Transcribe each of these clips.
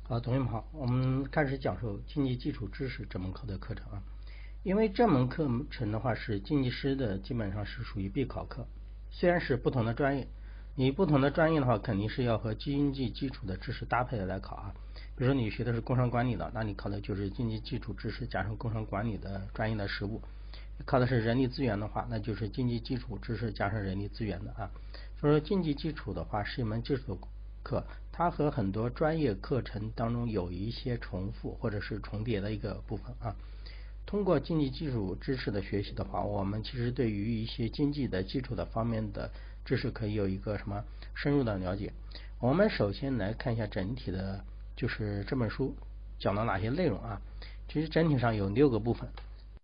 好，同学们好，我们开始讲授经济基础知识这门课的课程啊。因为这门课程的话是经济师的，基本上是属于必考课。虽然是不同的专业，你不同的专业的话，肯定是要和经济基础的知识搭配的来考啊。比如说你学的是工商管理的，那你考的就是经济基础知识加上工商管理的专业的实务。考的是人力资源的话，那就是经济基础知识加上人力资源的啊。所以说经济基础的话是一门基础课，它和很多专业课程当中有一些重复或者是重叠的一个部分啊。通过经济基础知识的学习的话，我们其实对于一些经济的基础的方面的知识可以有一个深入的了解。我们首先来看一下整体的，就是这本书讲了哪些内容啊。其实整体上有6个部分。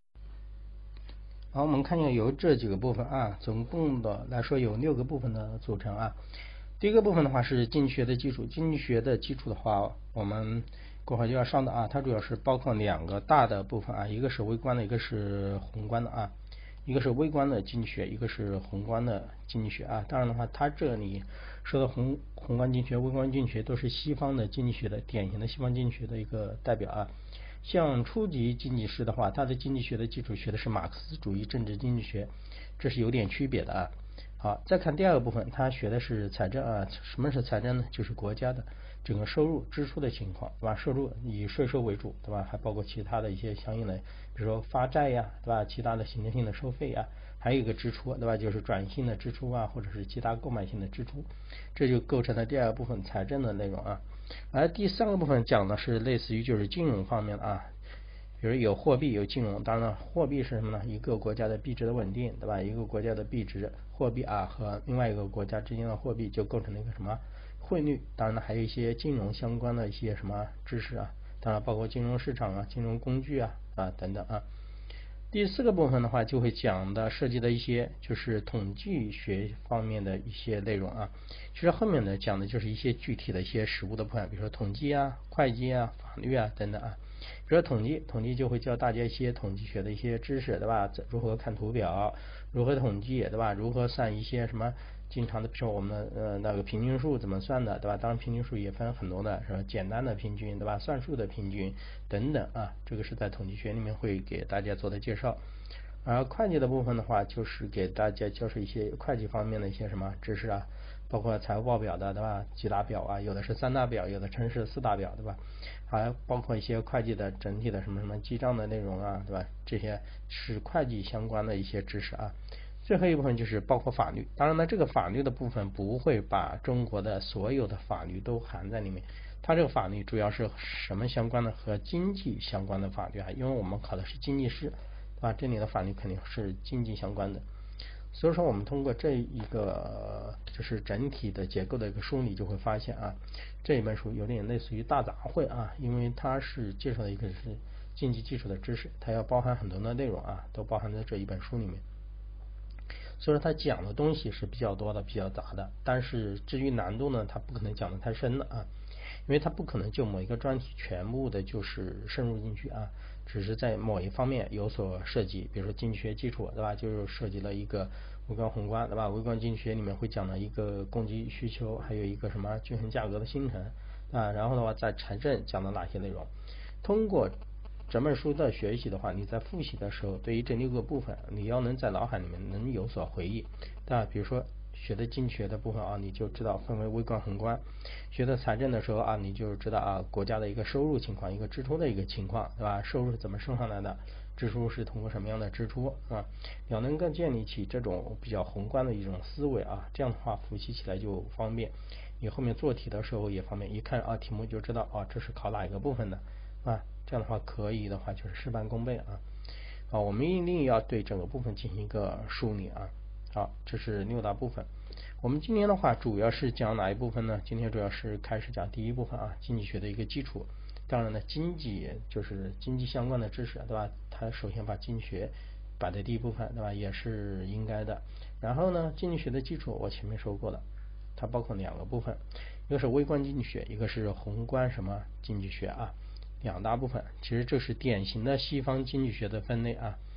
好，我们看一下有这几个部分啊，总共的来说有6个部分的组成啊。第一个部分的话是经济学的基础，经济学的基础的话，我们过会就要上的啊。它主要是包括2个大的部分啊，一个是微观的，一个是宏观的啊。一个是微观的经济学，一个是宏观的经济学啊。当然的话，它这里说的宏观经济学、微观经济学都是西方的经济学的典型的西方经济学的一个代表啊。像初级经济师的话，他的经济学的基础学的是马克思主义政治经济学，这是有点区别的啊。好，再看第2个部分，他学的是财政啊。什么是财政呢？就是国家的整个收入支出的情况，对吧？收入以税收为主，对吧？还包括其他的一些相应的，比如说发债呀，对吧？其他的行政性的收费呀，还有一个支出，对吧？就是转移性的支出啊，或者是其他购买性的支出，这就构成了第2个部分财政的内容啊。而第3个部分讲的是类似于就是金融方面的啊。比如有货币有金融，当然了，货币是什么呢？一个国家的币值的稳定，对吧？一个国家的币值货币啊和另外一个国家之间的货币就构成了一个汇率。当然了，还有一些金融相关的一些知识啊，当然包括金融市场啊、金融工具啊等等啊。第4个部分的话就会讲的涉及的一些就是统计学方面的一些内容啊。其实后面呢讲的就是一些具体的一些实务的部分，比如说统计啊、会计啊、法律啊等等啊。比如说统计就会教大家一些统计学的一些知识，对吧？如何看图表，如何统计，对吧？如何算一些经常的，比如说我们那个平均数怎么算的，对吧？当然平均数也分很多的，是吧？简单的平均，对吧？算术的平均等等啊，这个是在统计学里面会给大家做的介绍。而会计的部分的话，就是给大家教授一些会计方面的一些知识啊，包括财务报表的，对吧？几大表啊，有的是3大表，有的称是4大表，对吧？还包括一些会计的整体的什么记账的内容啊，对吧？这些是会计相关的一些知识啊。最后一部分就是包括法律，当然呢，这个法律的部分不会把中国的所有的法律都含在里面，它这个法律主要是什么相关的？和经济相关的法律啊，因为我们考的是经济师，对吧？这里的法律肯定是经济相关的。所以说我们通过这一个就是整体的结构的一个梳理，就会发现啊，这一本书有点类似于大杂烩啊，因为它是介绍的一个是经济基础的知识，它要包含很多的内容啊，都包含在这一本书里面。所以说它讲的东西是比较多的、比较杂的，但是至于难度呢，它不可能讲的太深了啊，因为它不可能就某一个专题全部的就是深入进去啊，只是在某一方面有所涉及，比如说经济学基础，对吧？就是涉及了一个微观宏观，对吧？微观经济学里面会讲到一个供给需求，还有一个均衡价格的形成啊，然后的话在财政讲到哪些内容，通过整本书的学习的话，你在复习的时候，对于这6个部分，你要能在脑海里面能有所回忆，对吧？比如说学的经济学的部分啊，你就知道分为微观宏观；学的财政的时候啊，你就知道啊国家的一个收入情况、一个支出的一个情况，对吧？收入是怎么升上来的，支出是通过什么样的支出啊？要能够建立起这种比较宏观的一种思维啊，这样的话复习起来就方便，你后面做题的时候也方便，一看啊题目就知道啊这是考哪一个部分的啊。这样的话可以的话就是事半功倍啊。好，我们一定要对整个部分进行一个梳理啊。好，这是6大部分。我们今天的话主要是讲哪一部分呢？今天主要是开始讲第一部分啊，经济学的一个基础。当然呢，经济就是经济相关的知识，对吧？它首先把经济学摆在第一部分，对吧？也是应该的。然后呢，经济学的基础我前面说过了，它包括2个部分，一个是微观经济学，一个是宏观经济学啊。2大部分，其实这是典型的西方经济学的分类啊。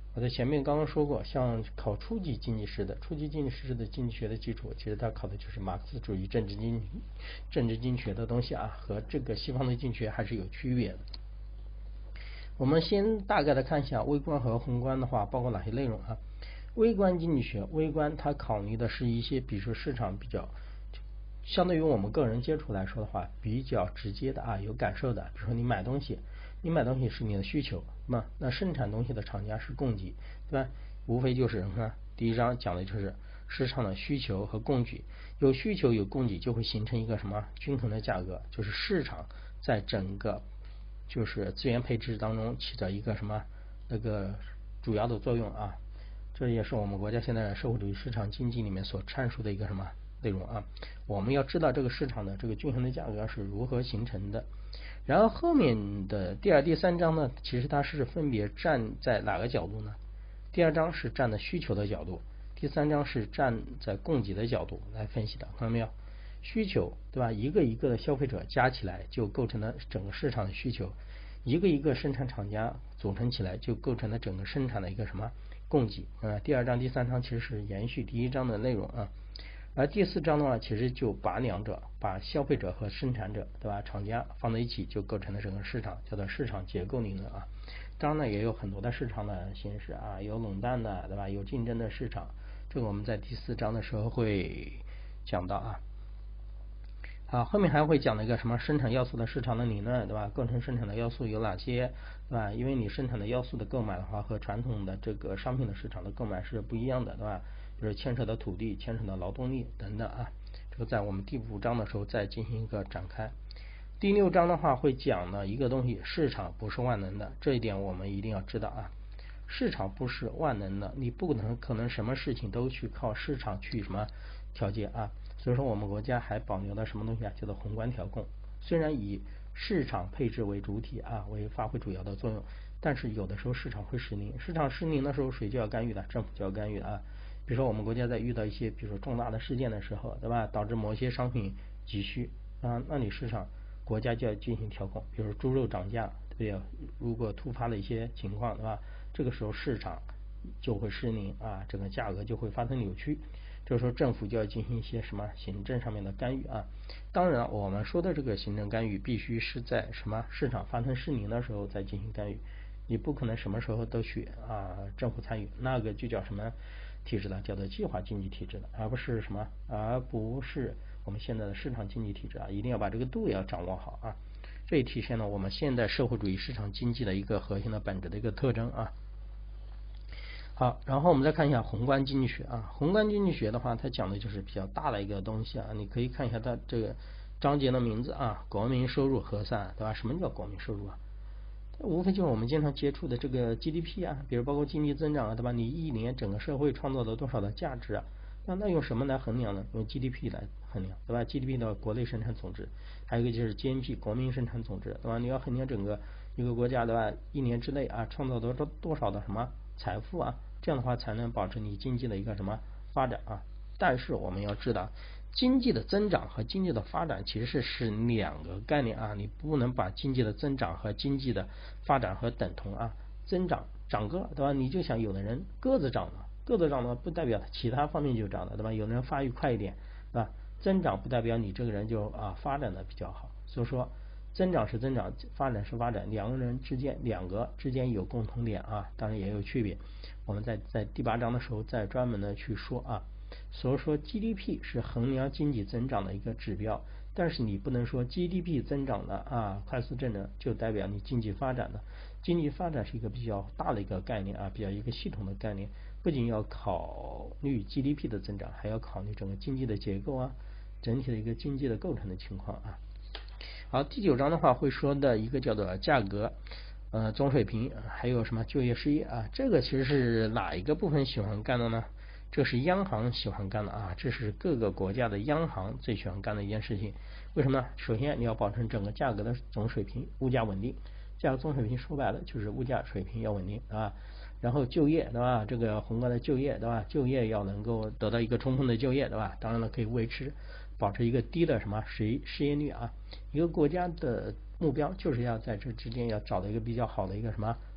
我在前面刚刚说过，像考初级经济师的经济学的基础，其实它考的就是马克思主义政治经济学的东西啊，和这个西方的经济学还是有区别的。我们先大概的看一下微观和宏观的话包括哪些内容啊。微观经济学，微观它考虑的是一些比如说市场比较相对于我们个人接触来说的话比较直接的啊，有感受的。比如说你买东西是你的需求，那生产东西的厂家是供给，对吧？无非就是第一章讲的就是市场的需求和供给，有需求有供给就会形成一个什么均衡的价格，就是市场在整个就是资源配置当中起着一个什么那个主要的作用啊。这也是我们国家现在社会主义市场经济里面所阐述的一个什么内容啊。我们要知道这个市场的这个均衡的价格是如何形成的。然后后面的第二、第三章呢，其实它是分别站在哪个角度呢？第二章是站在需求的角度，第三章是站在供给的角度来分析的，看到没有？需求对吧？一个一个的消费者加起来就构成了整个市场的需求，一个一个生产厂家组成起来就构成了整个生产的一个什么供给啊。第二章、第三章其实是延续第一章的内容啊。而第四章的话，其实就把两者，把消费者和生产者，对吧？厂家放在一起，就构成了整个市场，叫做市场结构理论啊。当然呢，也有很多的市场的形式啊，有垄断的，对吧？有竞争的市场，这个我们在第四章的时候会讲到啊。好，后面还会讲了一个什么生产要素的市场的理论，对吧？构成生产的要素有哪些，对吧？因为你生产的要素的购买的话，和传统的这个商品的市场的购买是不一样的，对吧？就是牵扯到土地、牵扯到劳动力等等啊。这个在我们第5章的时候再进行一个展开。第6章的话会讲了一个东西，市场不是万能的，这一点我们一定要知道啊。市场不是万能的，你不可能什么事情都去靠市场去什么调节啊。所以说我们国家还保留了什么东西啊，叫做宏观调控。虽然以市场配置为主体啊，为发挥主要的作用，但是有的时候市场会失灵，市场失灵的时候谁就要干预了？政府就要干预了啊。比如说我们国家在遇到一些比如说重大的事件的时候，对吧？导致某些商品急需啊，那你市场国家就要进行调控。比如说猪肉涨价，对吧？如果突发的一些情况，对吧？这个时候市场就会失灵啊，整个价格就会发生扭曲。这时候政府就要进行一些什么行政上面的干预啊。当然我们说的这个行政干预必须是在什么市场发生失灵的时候再进行干预，你不可能什么时候都去政府参与，那个就叫什么体制呢？叫做计划经济体制的，而不是我们现在的市场经济体制啊。一定要把这个度要掌握好啊。这也体现了我们现代社会主义市场经济的一个核心的本质的一个特征啊。好，然后我们再看一下宏观经济学啊。宏观经济学的话，它讲的就是比较大的一个东西啊。你可以看一下它这个章节的名字啊，国民收入核算，对吧？什么叫国民收入啊？无非就是我们经常接触的这个 GDP 啊，比如包括经济增长啊，对吧？你一年整个社会创造了多少的价值啊？那用什么来衡量呢？用 GDP 来衡量，对吧？ GDP 的国内生产总值，还有一个就是 GNP 国民生产总值，对吧？你要衡量整个一个国家，对吧？一年之内啊，创造多少的什么财富啊？这样的话才能保持你经济的一个什么发展啊。但是我们要知道，经济的增长和经济的发展其实是两个概念啊，你不能把经济的增长和经济的发展和等同啊。增长长个，对吧？你就想有的人个子长了不代表其他方面就长了，对吧？有的人发育快一点，对吧？增长不代表你这个人就发展的比较好。所以说增长是增长，发展是发展，两个之间有共同点啊，当然也有区别。我们在第8章的时候再专门的去说啊。所以说 GDP 是衡量经济增长的一个指标，但是你不能说 GDP 增长了快速增长就代表你经济发展了。经济发展是一个比较大的一个概念啊，比较一个系统的概念，不仅要考虑 GDP 的增长，还要考虑整个经济的结构啊，整体的一个经济的构成的情况啊。好，第9章的话会说的一个叫做价格总水平，还有什么就业失业啊，这个其实是哪一个部分喜欢干的呢？这是央行喜欢干的啊，这是各个国家的央行最喜欢干的一件事情。为什么呢？首先你要保证整个价格的总水平，物价稳定。价格总水平说白了就是物价水平要稳定啊。然后就业，对吧？这个宏观的就业，对吧？就业要能够得到一个充分的就业，对吧？当然了，可以保持一个低的什么失业率啊。一个国家的目标就是要在这之间要找到一个比较好的一个什么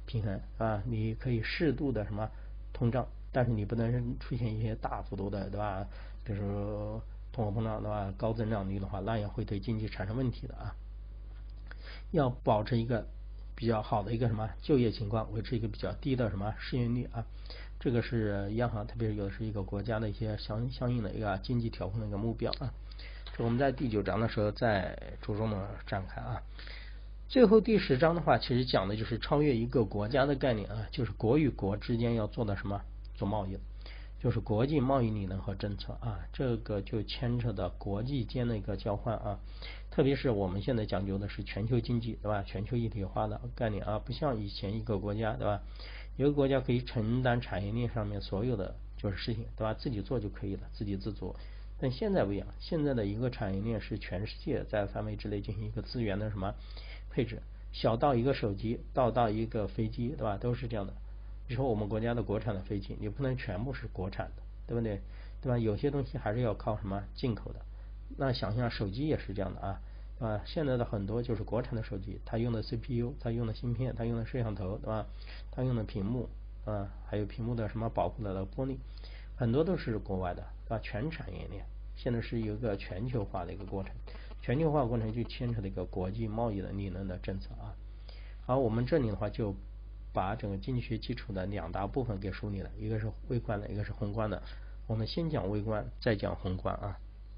平衡啊，你可以适度的什么通胀，但是你不能出现一些大幅度的，对吧？比如说通货膨胀，对吧？高增长率的话，那也会对经济产生问题的啊。要保持一个比较好的一个什么就业情况，维持一个比较低的什么失业率啊，这个是央行，特别是有的是一个国家的一些相应的一个经济调控的一个目标啊。这我们在第9章的时候再着重的展开啊。最后第10章的话，其实讲的就是超越一个国家的概念啊，就是国与国之间要做的什么做贸易，就是国际贸易理论和政策啊，这个就牵扯到国际间的一个交换啊，特别是我们现在讲究的是全球经济，对吧？全球一体化的概念啊，不像以前一个国家，对吧？一个国家可以承担产业链上面所有的就是事情，对吧？自己做就可以了，自给自足。但现在不一样，现在的一个产业链是全世界在范围之内进行一个资源的什么配置，小到一个手机，到一个飞机，对吧？都是这样的。比如说我们国家的国产的飞机，你不能全部是国产的，对不对？对吧？有些东西还是要靠什么进口的。那想象手机也是这样的啊，现在的很多就是国产的手机，它用的 CPU， 它用的芯片，它用的摄像头，对吧？它用的屏幕还有屏幕的什么保护的玻璃，很多都是国外的，对吧？全产业链现在是一个全球化的一个过程，全球化过程就牵扯的一个国际贸易的理论的政策啊。好，我们这里的话就把整个经济学基础的2大部分给梳理了，一个是微观的，一个是宏观的。我们先讲微观，再讲宏观啊。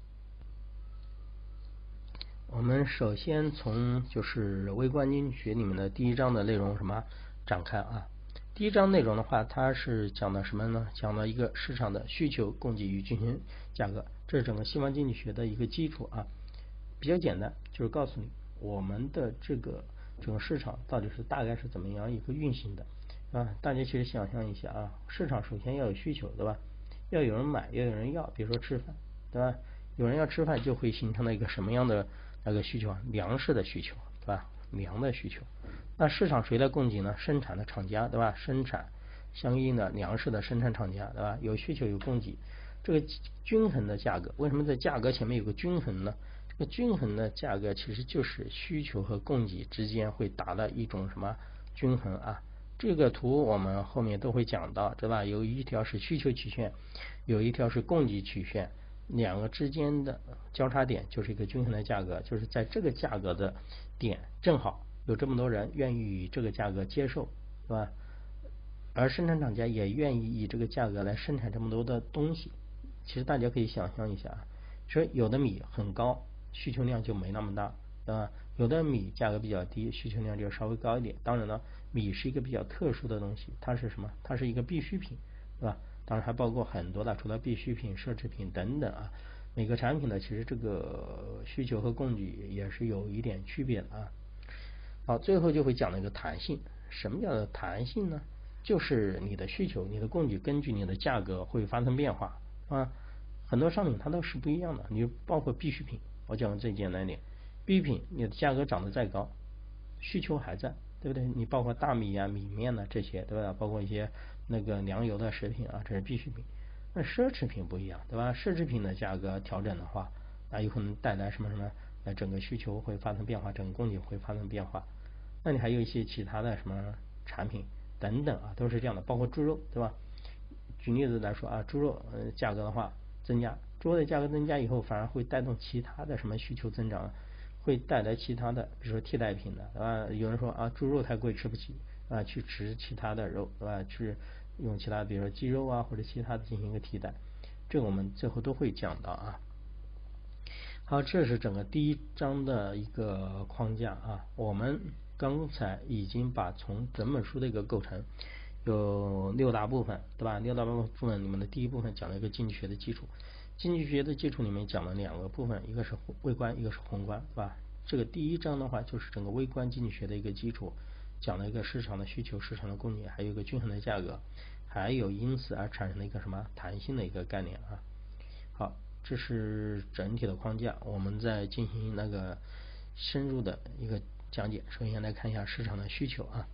我们首先从就是微观经济学里面的第1章的内容什么展开啊。第1章内容的话，它是讲的什么呢？讲了一个市场的需求、供给与均衡价格，这是整个西方经济学的一个基础啊。比较简单，就是告诉你我们的这个整个市场到底是大概是怎么样一个运行的啊。大家其实想象一下啊，市场首先要有需求，对吧？要有人买，要有人要，比如说吃饭，对吧？有人要吃饭，就会形成了一个什么样的那个需求啊？粮食的需求，对吧？粮的需求。那市场谁来供给呢？生产的厂家，对吧？生产相应的粮食的生产厂家，对吧？有需求有供给，这个均衡的价格，为什么在价格前面有个均衡呢？这个均衡的价格其实就是需求和供给之间会达到一种什么均衡啊？这个图我们后面都会讲到，对吧？有一条是需求曲线，有一条是供给曲线，两个之间的交叉点就是一个均衡的价格，就是在这个价格的点正好有这么多人愿意以这个价格接受，对吧？而生产厂家也愿意以这个价格来生产这么多的东西。其实大家可以想象一下，说有的米很高，需求量就没那么大，对吧？有的米价格比较低，需求量就稍微高一点。当然了，米是一个比较特殊的东西，它是什么？它是一个必需品，对吧？当然还包括很多的，除了必需品、奢侈品等等啊。每个产品的其实这个需求和供给也是有一点区别的啊。好，最后就会讲了一个弹性。什么叫做弹性呢？就是你的需求、你的供给根据你的价格会发生变化啊。很多商品它都是不一样的，你包括必需品，我讲的最简单一点，必需品你的价格涨得再高，需求还在，对不对？你包括大米啊、米面啊这些，对吧？包括一些那个粮油的食品啊，这是必需品。那奢侈品不一样，对吧？奢侈品的价格调整的话，那有可能带来什么什么？那整个需求会发生变化，整个供给会发生变化。那你还有一些其他的什么产品等等啊，都是这样的，包括猪肉，对吧？举例子来说啊，猪肉价格的话增加，猪肉的价格增加以后，反而会带动其他的什么需求增长，会带来其他的，比如说替代品的啊。有人说啊，猪肉太贵吃不起啊，去吃其他的肉，对吧？去用其他比如说鸡肉啊或者其他的进行一个替代，这个我们最后都会讲到啊。好，这是整个第1章的一个框架啊。我们刚才已经把从整本书的一个构成有6大部分，对吧？6大部分里面的第1部分讲了一个经济学的基础，经济学的基础里面讲了2个部分，一个是微观，一个是宏观，对吧？这个第1章的话就是整个微观经济学的一个基础，讲了一个市场的需求、市场的供给，还有一个均衡的价格，还有因此而产生的一个什么弹性的一个概念啊。好，这是整体的框架，我们再进行那个深入的一个讲解。首先来看一下市场的需求啊。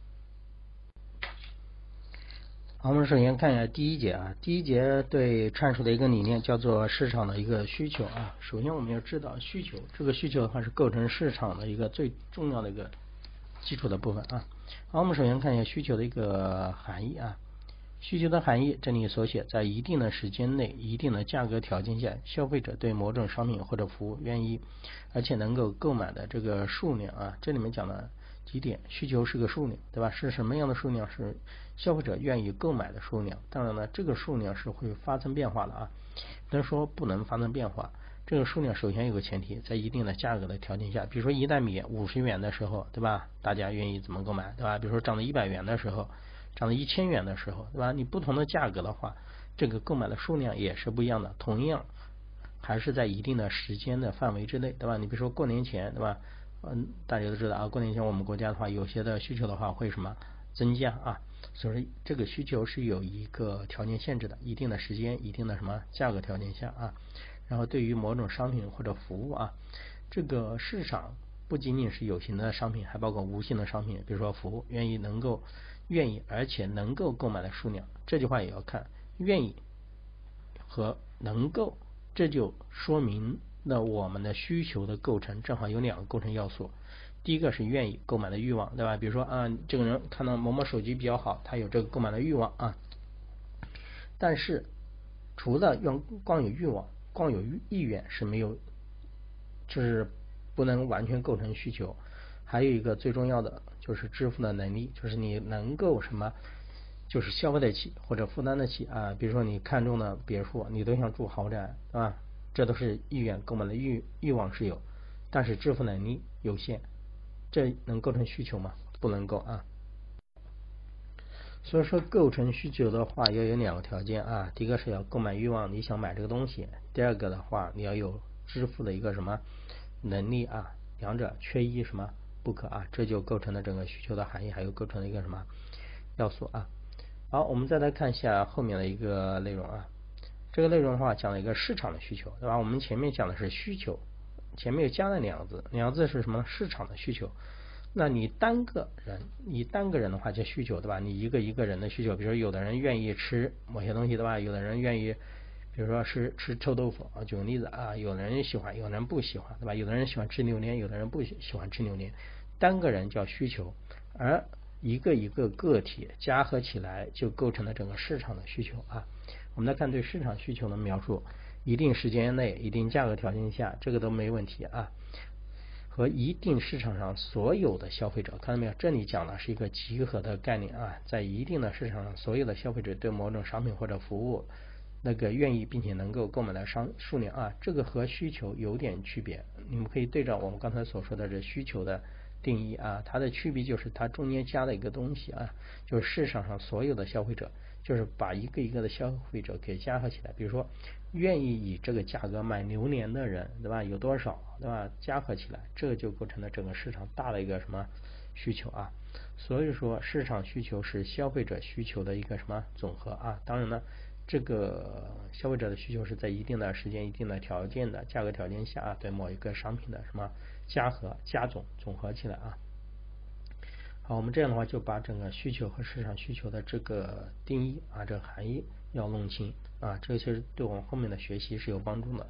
好，我们首先看一下第1节啊。第1节对阐述的一个理念叫做市场的一个需求啊。首先我们要知道需求，这个需求的话是构成市场的一个最重要的一个基础的部分啊。好，我们首先看一下需求的一个含义啊。需求的含义，这里所写，在一定的时间内、一定的价格条件下，消费者对某种商品或者服务愿意而且能够购买的这个数量啊。这里面讲了几点，需求是个数量，对吧？是什么样的数量？是消费者愿意购买的数量。当然了，这个数量是会发生变化的啊，不能说不能发生变化。这个数量首先有个前提，在一定的价格的条件下，比如说一袋米50元的时候，对吧？大家愿意怎么购买，对吧？比如说涨到100元的时候，涨到1000元的时候，对吧？你不同的价格的话，这个购买的数量也是不一样的。同样还是在一定的时间的范围之内，对吧？你比如说过年前，对吧？大家都知道啊，过年前我们国家的话，有些的需求的话会什么增加啊？所以这个需求是有一个条件限制的，一定的时间、一定的什么价格条件下啊。然后对于某种商品或者服务啊，这个市场不仅仅是有形的商品，还包括无形的商品，比如说服务，愿意而且能够购买的数量。这句话也要看愿意和能够，这就说明了我们的需求的构成正好有2个构成要素。第一个是愿意购买的欲望，对吧？比如说啊，这个人看到某某手机比较好，他有这个购买的欲望啊。但是除了光有欲望、光有意愿是没有，就是不能完全构成需求。还有一个最重要的就是支付的能力，就是你能够什么，就是消费得起或者负担得起啊。比如说你看中的别墅，你都想住豪宅，对吧？这都是意愿购买的欲望是有，但是支付能力有限，这能构成需求吗？不能够啊。所以说构成需求的话要有2个条件啊，第一个是要购买欲望，你想买这个东西；第二个的话你要有支付的一个什么能力啊，2者缺一什么不可啊，这就构成了整个需求的含义，还有构成了一个什么要素啊。好，我们再来看一下后面的一个内容啊。这个内容的话讲了一个市场的需求，对吧？我们前面讲的是需求，前面又加了2个字，2个字是什么？市场的需求。那你单个人的话叫需求，对吧？你一个人的需求，比如说有的人愿意吃某些东西，对吧？有的人愿意，比如说吃臭豆腐啊，举个例子啊，有的人喜欢，有的人不喜欢，对吧？有的人喜欢吃榴莲，有的人不喜欢吃榴莲。单个人叫需求，而一个个体加合起来就构成了整个市场的需求啊。我们来看对市场需求的描述，一定时间内、一定价格条件下，这个都没问题啊。和一定市场上所有的消费者，看到没有？这里讲的是一个集合的概念啊，在一定的市场上，所有的消费者对某种商品或者服务那个愿意并且能够购买的数量啊，这个和需求有点区别。你们可以对照我们刚才所说的这需求的定义啊，它的区别就是它中间加了一个东西啊，就是市场上所有的消费者，就是把一个的消费者给加合起来。比如说愿意以这个价格买榴莲的人，对吧？有多少，对吧？加合起来，这就构成了整个市场大的一个什么需求啊。所以说市场需求是消费者需求的一个什么总和啊。当然呢，这个消费者的需求是在一定的时间、一定的条件的价格条件下，对某一个商品的什么加总合起来啊。好，我们这样的话就把整个需求和市场需求的这个定义啊，这个含义要弄清啊，这些对我们后面的学习是有帮助的。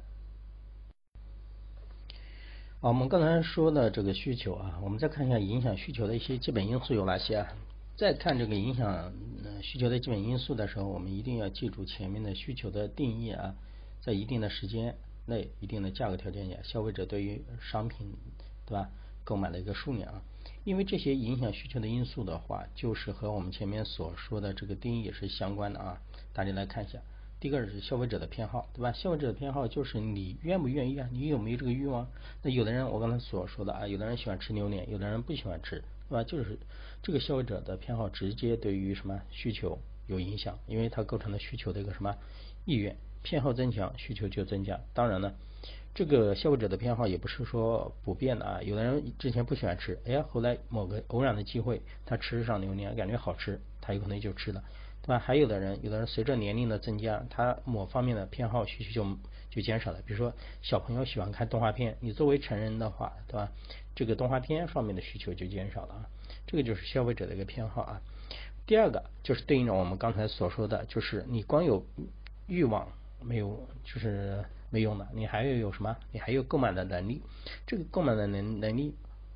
好，我们刚才说的这个需求啊，我们再看一下影响需求的一些基本因素有哪些啊。在看这个影响需求的基本因素的时候，我们一定要记住前面的需求的定义啊，在一定的时间内、一定的价格条件下，消费者对于商品，对吧，购买的一个数量啊。因为这些影响需求的因素的话，就是和我们前面所说的这个定义是相关的啊。大家来看一下，第一个是消费者的偏好，对吧？消费者的偏好就是你愿不愿意啊，你有没有这个欲望？那有的人我刚才所说的啊，有的人喜欢吃榴莲，有的人不喜欢吃，对吧？就是这个消费者的偏好直接对于什么需求有影响，因为它构成了需求的一个什么意愿，偏好增强，需求就增加。当然呢，这个消费者的偏好也不是说不变的啊，有的人之前不喜欢吃，后来某个偶然的机会他吃上榴莲感觉好吃，他有可能就吃了，对吧？还有的人随着年龄的增加，他某方面的偏好需求就减少了。比如说小朋友喜欢看动画片，你作为成人的话，对吧？这个动画片方面的需求就减少了啊，这个就是消费者的一个偏好啊。第二个就是对应着我们刚才所说的，就是你光有欲望没有就是没用的，你还要有什么？你还有购买的能力。这个购买的能力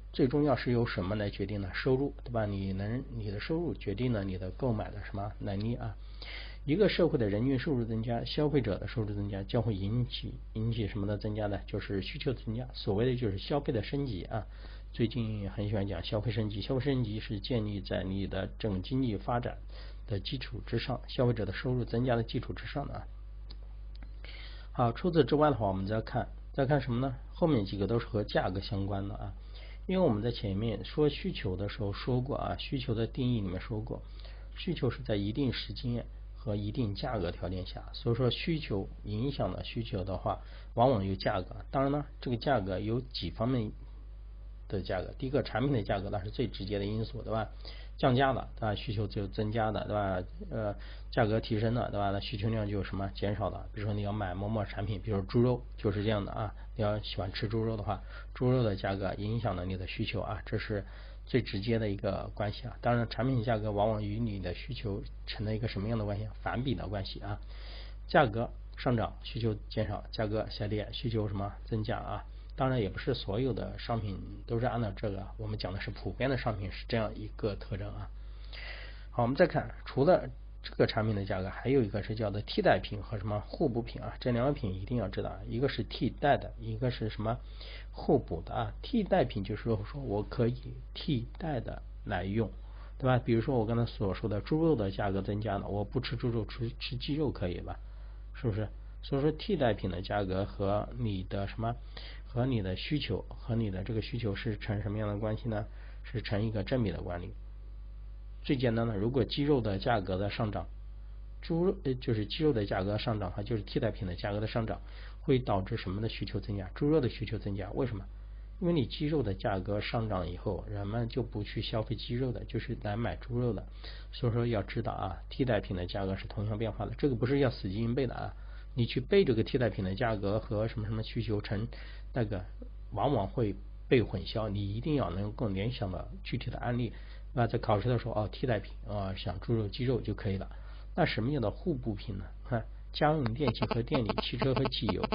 最重要是由什么来决定呢？收入，对吧？你的收入决定了你的购买的什么能力啊？一个社会的人均收入增加，消费者的收入增加，将会引起什么的增加呢？就是需求的增加，所谓的就是消费的升级啊。最近很喜欢讲消费升级，消费升级是建立在你的整经济发展的基础之上，消费者的收入增加的基础之上的啊。好，除此之外的话，我们再看什么呢？后面几个都是和价格相关的啊。因为我们在前面说需求的时候说过啊，需求的定义里面说过，需求是在一定时间和一定价格条件下，所以说需求影响了需求的话，往往有价格。当然呢，这个价格有几方面的价格，第一个产品的价格那是最直接的因素，对吧？降价了，对吧？需求就增加的，对吧？价格提升了，对吧？那需求量就什么减少了。比如说你要买某某产品，比如猪肉就是这样的啊。你要喜欢吃猪肉的话，猪肉的价格影响了你的需求啊，这是最直接的一个关系啊。当然，产品价格往往与你的需求成了一个什么样的关系？反比的关系啊。价格上涨，需求减少；价格下跌，需求什么增加啊？当然也不是所有的商品都是按照这个，我们讲的是普遍的商品是这样一个特征啊。好，我们再看，除了这个产品的价格，还有一个是叫做替代品和什么互补品啊，这两个品一定要知道，一个是替代的，一个是什么互补的啊。替代品就是说我可以替代的来用，对吧？比如说我刚才所说的猪肉的价格增加了，我不吃猪肉，吃鸡肉可以吧？是不是？所以说替代品的价格和你的什么，和你的需求和你的这个需求是成什么样的关系呢？是成一个正比的关系。最简单的，如果鸡肉的价格的上涨，就是鸡肉的价格上涨，就是替代品的价格的上涨，会导致什么的需求增加？猪肉的需求增加。为什么？因为你鸡肉的价格上涨以后，人们就不去消费鸡肉的，就是来买猪肉的。所以说要知道啊，替代品的价格是同样变化的，这个不是要死记硬背的啊。你去背这个替代品的价格和什么什么需求成那个，往往会被混淆。你一定要能够联想到具体的案例。那在考试的时候替代品像猪肉、鸡肉就可以了。那什么叫做互补品呢？看家用电器和电力，汽车和汽油。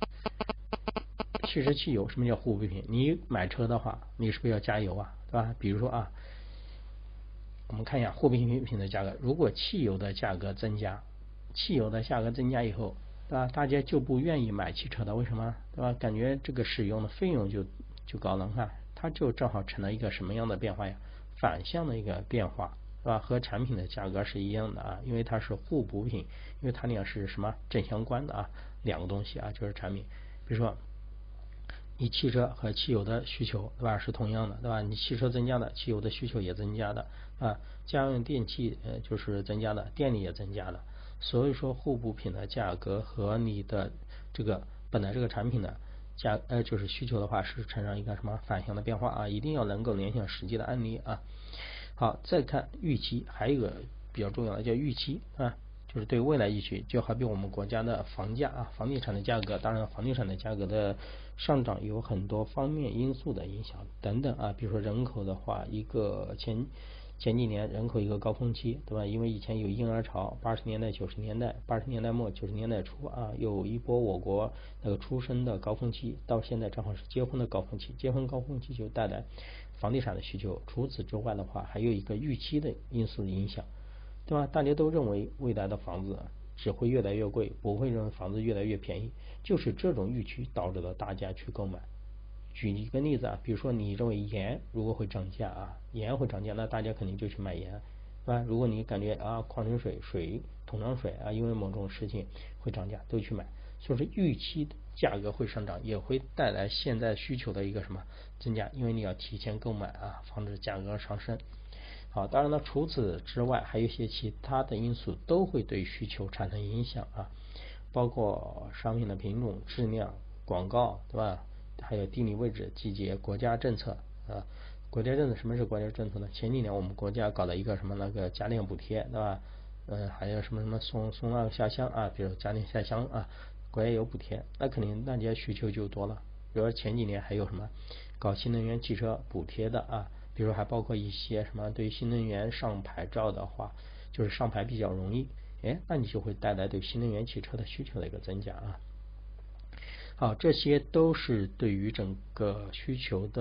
汽油什么叫互补品？你买车的话，你是不是要加油啊？对吧？比如说啊，我们看一下互补品的价格。如果汽油的价格增加，以后，对吧？大家就不愿意买汽车的，为什么？对吧？感觉这个使用的费用就高了，看它就正好成了一个什么样的变化呀？反向的一个变化，是吧？和产品的价格是一样的啊，因为它是互补品，因为它俩是什么正相关的啊，两个东西啊，就是产品。比如说你汽车和汽油的需求，对吧，是同样的，对吧？你汽车增加的，汽油的需求也增加的啊。家用电器就是增加的，电力也增加了。所以说互补品的价格和你的这个本来这个产品的就是需求的话是产生一个什么反向的变化啊，一定要能够联想实际的案例啊。好，再看预期，还有一个比较重要的叫预期啊，就是对未来预期，就好比我们国家的房价啊，房地产的价格，当然房地产的价格的上涨有很多方面因素的影响等等啊，比如说人口的话，一个前几年人口一个高峰期，对吧？因为以前有婴儿潮，80年代、90年代、80年代末、90年代初啊，有一波我国那个出生的高峰期，到现在正好是结婚的高峰期，结婚高峰期就带来房地产的需求。除此之外的话，还有一个预期的因素的影响，对吧？大家都认为未来的房子只会越来越贵，不会认为房子越来越便宜，就是这种预期导致了大家去购买。举一个例子啊，比如说你认为盐如果会涨价啊，盐会涨价，那大家肯定就去买盐，是吧？如果你感觉矿泉水、桶装水啊，因为某种事情会涨价，都去买。所以说预期价格会上涨，也会带来现在需求的一个什么增加，因为你要提前购买啊，防止价格上升。好，当然了，除此之外，还有一些其他的因素都会对需求产生影响啊，包括商品的品种、质量、广告，对吧？还有地理位置、季节、国家政策啊。国家政策，什么是国家政策呢？前几年我们国家搞了一个什么那个家电补贴，对吧？还有什么送二下乡啊，比如家电下乡啊，国家有补贴，那肯定大家需求就多了。比如说前几年还有什么搞新能源汽车补贴的啊，比如还包括一些什么对新能源上牌照的话，就是上牌比较容易，那你就会带来对新能源汽车的需求的一个增加啊。好，这些都是对于整个需求的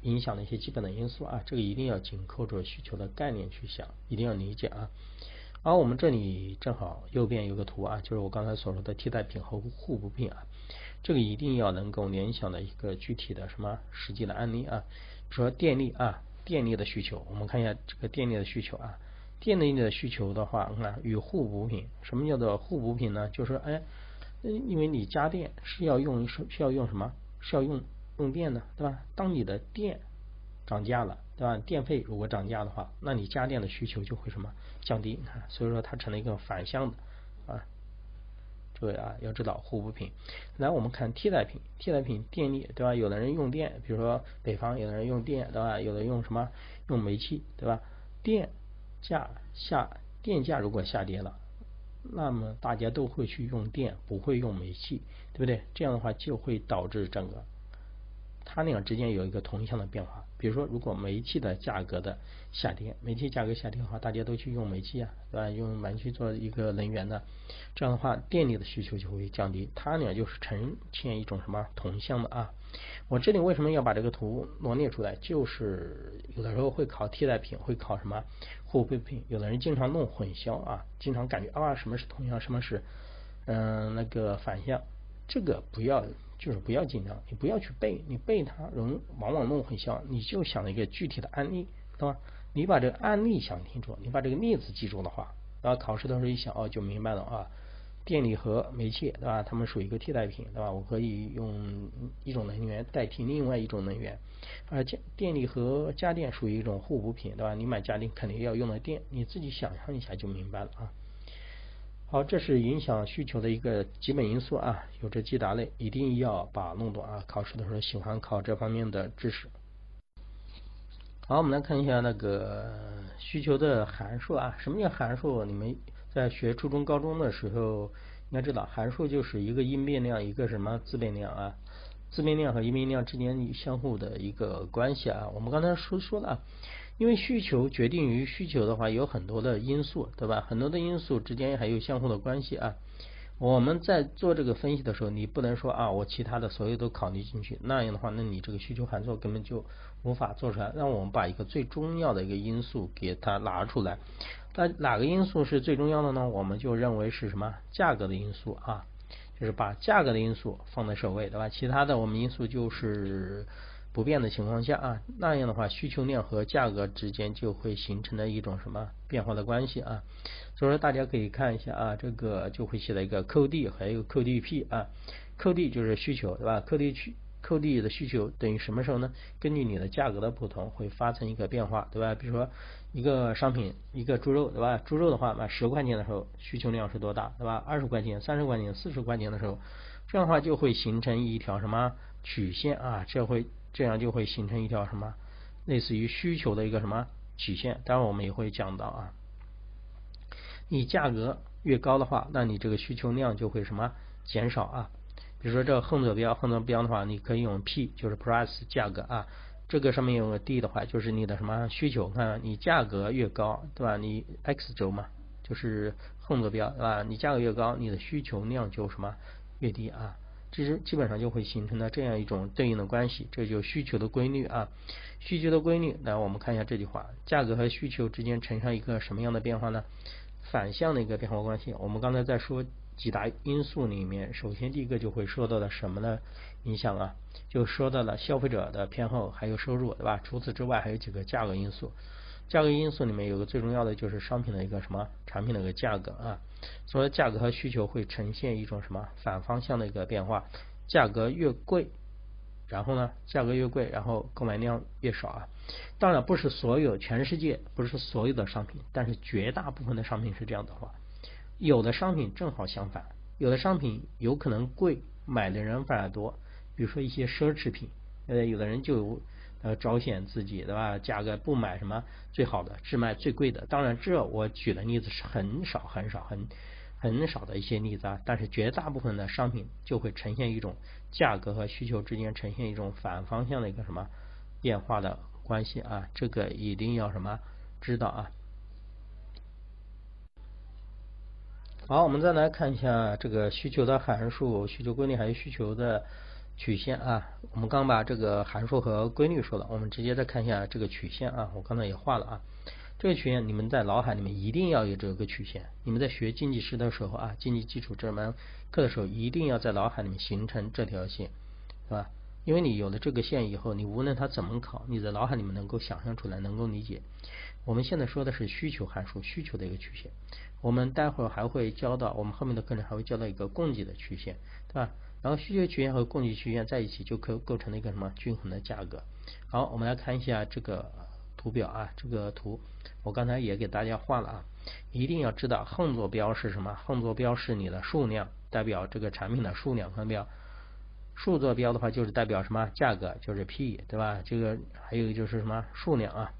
影响的一些基本的因素啊，这个一定要紧扣着需求的概念去想，一定要理解啊。而我们这里正好右边有个图啊，就是我刚才所说的替代品和互补品啊，这个一定要能够联想的一个具体的什么实际的案例啊，比如说电力啊，电力的需求，我们看一下这个电力的需求啊，电力的需求的话，与互补品，什么叫做互补品呢？就是因为你家电是要用什么？是要用电的，对吧？当你的电涨价了，对吧？电费如果涨价的话，那你家电的需求就会什么降低，所以说它成了一个反向的啊。这个啊要知道互补品。来我们看替代品，替代品电力，对吧？有的人用电，比如说北方有的人用电，对吧？有的用什么用煤气，对吧？电价如果下跌了，那么大家都会去用电，不会用煤气，对不对？这样的话就会导致整个它俩之间有一个同向的变化。比如说如果煤气的价格的下跌，煤气价格下跌的话，大家都去用煤气啊，对吧？用煤气做一个能源的，这样的话电力的需求就会降低，它俩就是呈现一种什么同向的啊。我这里为什么要把这个图罗列出来，就是有的时候会考替代品，会考什么互补品，有的人经常弄混淆啊，经常感觉啊什么是同向，什么是那个反向，这个不要紧张，你不要去背，你背它往往弄混淆，你就想一个具体的案例，对吧？你把这个案例想清楚，你把这个例子记住的话，然后考试的时候一想就明白了啊。电力和煤气，对吧？它们属于一个替代品，对吧？我可以用一种能源代替另外一种能源，而电力和家电属于一种互补品，对吧？你买家电肯定要用的电，你自己想象一下就明白了啊。好，这是影响需求的一个基本因素啊，有这几大类，一定要把弄懂啊。考试的时候喜欢考这方面的知识。好，我们来看一下那个需求的函数啊。什么叫函数？你们在学初中高中的时候应该知道，函数就是一个因变量，一个什么自变量啊。自变量和因变量之间相互的一个关系啊。我们刚才说了，因为需求决定于需求的话，有很多的因素，对吧？很多的因素之间还有相互的关系啊。我们在做这个分析的时候，你不能说我其他的所有都考虑进去，那样的话，那你这个需求函数根本就无法做出来。让我们把一个最重要的一个因素给它拿出来。那哪个因素是最重要的呢？我们就认为是什么价格的因素啊，就是把价格的因素放在首位，对吧？其他的我们因素就是不变的情况下啊，那样的话需求量和价格之间就会形成了一种什么变化的关系啊。所以说大家可以看一下啊，这个就会写了一个扣 D 还有扣 DP 啊，扣 D 就是需求，对吧？扣 D 的需求等于什么时候呢？根据你的价格的不同会发生一个变化，对吧？比如说一个商品，一个猪肉，对吧？猪肉的话，买10块钱的时候需求量是多大，对吧？20块钱、30块钱、40块钱的时候，这样的话就会形成一条什么曲线啊？这样就会形成一条什么类似于需求的一个什么曲线。当然我们也会讲到啊，你价格越高的话，那你这个需求量就会什么减少啊。比如说这个横坐标的话，你可以用 P 就是 price 价格啊，这个上面有个 D 的话就是你的什么需求，看你价格越高，对吧？你 X 轴嘛就是横坐标，对吧？你价格越高，你的需求量就什么越低啊。这是基本上就会形成了这样一种对应的关系，这就是需求的规律啊。需求的规律，来我们看一下这句话，价格和需求之间呈现一个什么样的变化呢？反向的一个变化关系。我们刚才在说几大因素里面，首先第一个就会说到了什么呢？影响啊，就说到了消费者的偏好还有收入，对吧？除此之外还有几个价格因素。价格因素里面有个最重要的就是商品的一个什么产品的一个价格啊，所以价格和需求会呈现一种什么反方向的一个变化，价格越贵，然后呢价格越贵，然后购买量越少啊。当然不是全世界不是所有的商品，但是绝大部分的商品是这样的话，有的商品正好相反，有的商品有可能贵，买的人反而多，比如说一些奢侈品，有的人就彰显自己，对吧？价格不买什么最好的，只买最贵的。当然这我举的例子是很少的一些例子啊，但是绝大部分的商品就会呈现一种价格和需求之间呈现一种反方向的一个什么变化的关系啊，这个一定要什么知道啊。好，我们再来看一下这个需求的函数、需求规律还有需求的曲线啊，我们刚把这个函数和规律说了，我们直接再看一下这个曲线啊，我刚才也画了啊。这个曲线你们在脑海里面一定要有这个曲线，你们在学经济史的时候啊，经济基础这门课的时候，一定要在脑海里面形成这条线，是吧？因为你有了这个线以后，你无论它怎么考，你在脑海里面能够想象出来，能够理解。我们现在说的是需求函数，需求的一个曲线。我们待会儿还会教到，我们后面的课程还会教到一个供给的曲线，对吧？然后需求曲线和供给曲线在一起就构成了一个什么均衡的价格。好，我们来看一下这个图表啊，这个图我刚才也给大家画了啊。一定要知道横坐标是什么？横坐标是你的数量，代表这个产品的数量，看到没有？竖坐标的话就是代表什么？价格，就是 P， 对吧？这个还有就是什么？数量啊。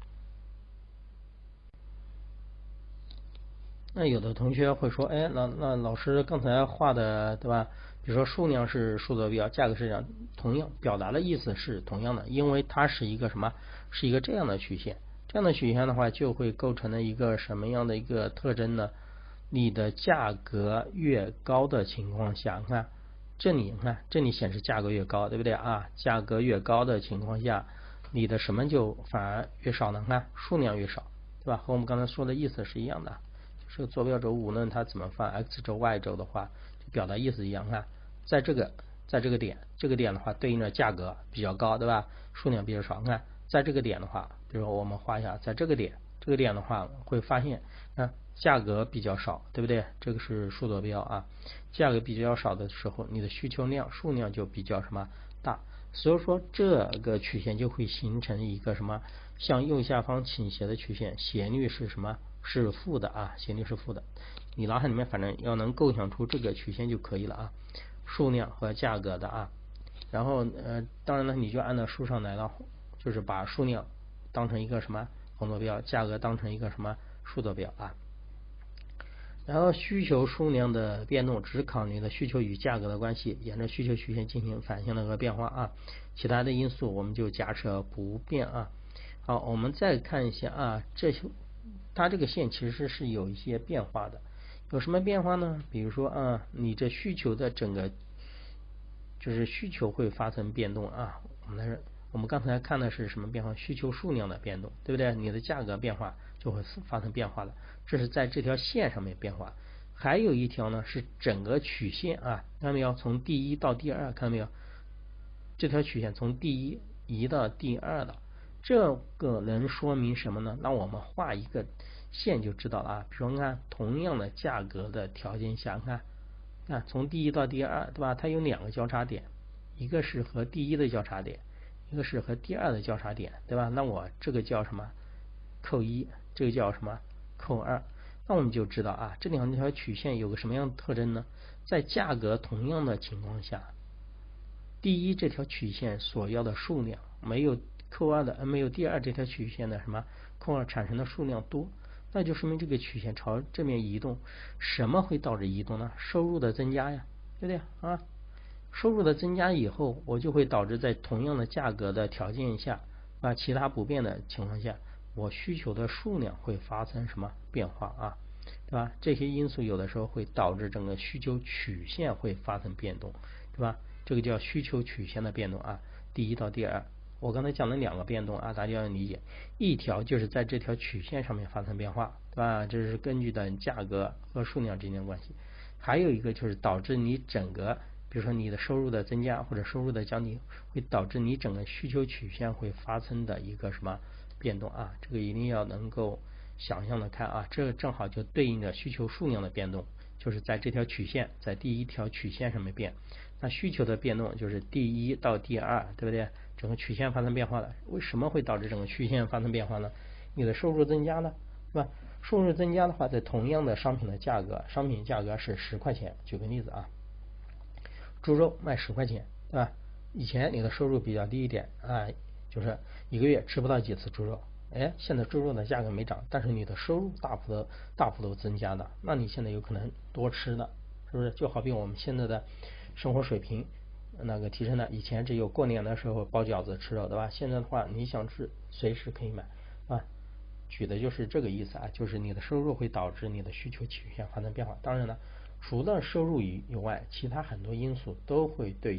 那有的同学会说，哎，那老师刚才画的，对吧？比如说数量是竖坐标，价格是这样，同样表达的意思是同样的，因为它是一个什么？是一个这样的曲线。这样的曲线的话，就会构成了一个什么样的一个特征呢？你的价格越高的情况下，你看这里，你看这里显示价格越高，对不对啊？价格越高的情况下，你的什么就反而越少呢？看数量越少，对吧？和我们刚才说的意思是一样的。这个坐标轴无论它怎么放 x 轴 y 轴的话，就表达意思一样。看在这个点，这个点的话对应着价格比较高，对吧？数量比较少。看在这个点的话，比如说我们画一下，在这个点的话会发现价格比较少，对不对？这个是竖坐标啊，价格比较少的时候，你的需求量数量就比较什么大，所以说这个曲线就会形成一个什么向右下方倾斜的曲线，斜率是什么？是负的啊，斜率是负的。你脑海里面反正要能构想出这个曲线就可以了啊，数量和价格的啊。然后当然了，你就按照书上来了，就是把数量当成一个什么横坐标，价格当成一个什么竖坐标啊。然后需求数量的变动只考虑了需求与价格的关系，沿着需求曲线进行反向的一个变化啊，其他的因素我们就假设不变啊。好，我们再看一下啊，它这个线其实是有一些变化的，有什么变化呢？比如说啊，你这需求的整个就是需求会发生变动啊。我们刚才看的是什么变化？需求数量的变动，对不对？你的价格变化就会发生变化了，这是在这条线上面变化。还有一条呢是整个曲线啊，看到没有？从第一到第二，看到没有？这条曲线从第一移到第二了，这个能说明什么呢？那我们画一个线就知道了啊。比如说，看同样的价格的条件下，看从第一到第二，对吧？它有两个交叉点，一个是和第一的交叉点，一个是和第二的交叉点，对吧？那我这个叫什么？扣一，这个叫什么？扣二。那我们就知道啊，这两条曲线有个什么样的特征呢？在价格同样的情况下，第一这条曲线所要的数量没有扣二的没有第二这条曲线的什么扣二产生的数量多，那就说明这个曲线朝这边移动。什么会导致移动呢？收入的增加呀，对不对啊？收入的增加以后，我就会导致在同样的价格的条件下啊，其他不变的情况下，我需求的数量会发生什么变化啊？对吧？这些因素有的时候会导致整个需求曲线会发生变动，对吧？这个叫需求曲线的变动啊，第一到第二。我刚才讲了两个变动啊，大家要理解。一条就是在这条曲线上面发生变化，对吧？这是根据的价格和数量之间的关系。还有一个就是导致你整个，比如说你的收入的增加或者收入的降低，会导致你整个需求曲线会发生的一个什么变动啊？这个一定要能够想象的看啊，这正好就对应着需求数量的变动，就是在这条曲线，在第一条曲线上面变。那需求的变动就是第一到第二，对不对？整个曲线发生变化了。为什么会导致整个曲线发生变化呢？你的收入增加了，是吧？收入增加的话，在同样的商品的价格，商品价格是10块钱，举个例子啊，猪肉卖10块钱，对吧？以前你的收入比较低一点啊，就是一个月吃不到几次猪肉，哎，现在猪肉的价格没涨，但是你的收入大幅度增加的，那你现在有可能多吃了，是不是？就好比我们现在的生活水平那个提升了，以前只有过年的时候包饺子吃肉，对吧？现在的话，你想吃随时可以买啊。举的就是这个意思啊，就是你的收入会导致你的需求曲线发生变化。当然了，除了收入以外，其他很多因素都会对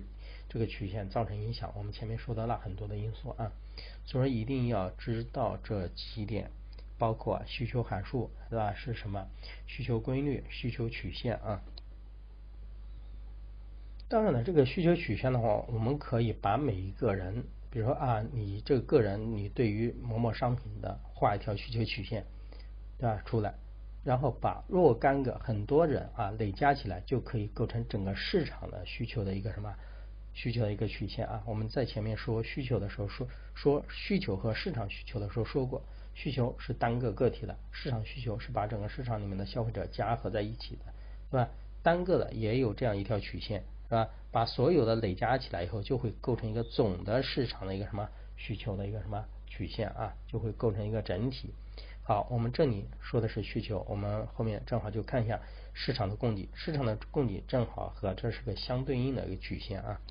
这个曲线造成影响。我们前面说到了很多的因素啊，所以一定要知道这几点，包括需求函数对吧？是什么？需求规律、需求曲线啊。当然了，这个需求曲线的话，我们可以把每一个人，比如说啊，你这个个人，你对于某某商品的画一条需求曲线，对吧？出来，然后把若干个很多人啊累加起来，就可以构成整个市场的需求的一个什么？需求的一个曲线啊。我们在前面说需求的时候说需求和市场需求的时候说过，需求是单个个体的，市场需求是把整个市场里面的消费者加合在一起的，对吧？单个的也有这样一条曲线，是吧？把所有的累加起来以后，就会构成一个总的市场的一个什么需求的一个什么曲线啊，就会构成一个整体。好，我们这里说的是需求，我们后面正好就看一下市场的供给，市场的供给正好和这是个相对应的一个曲线啊。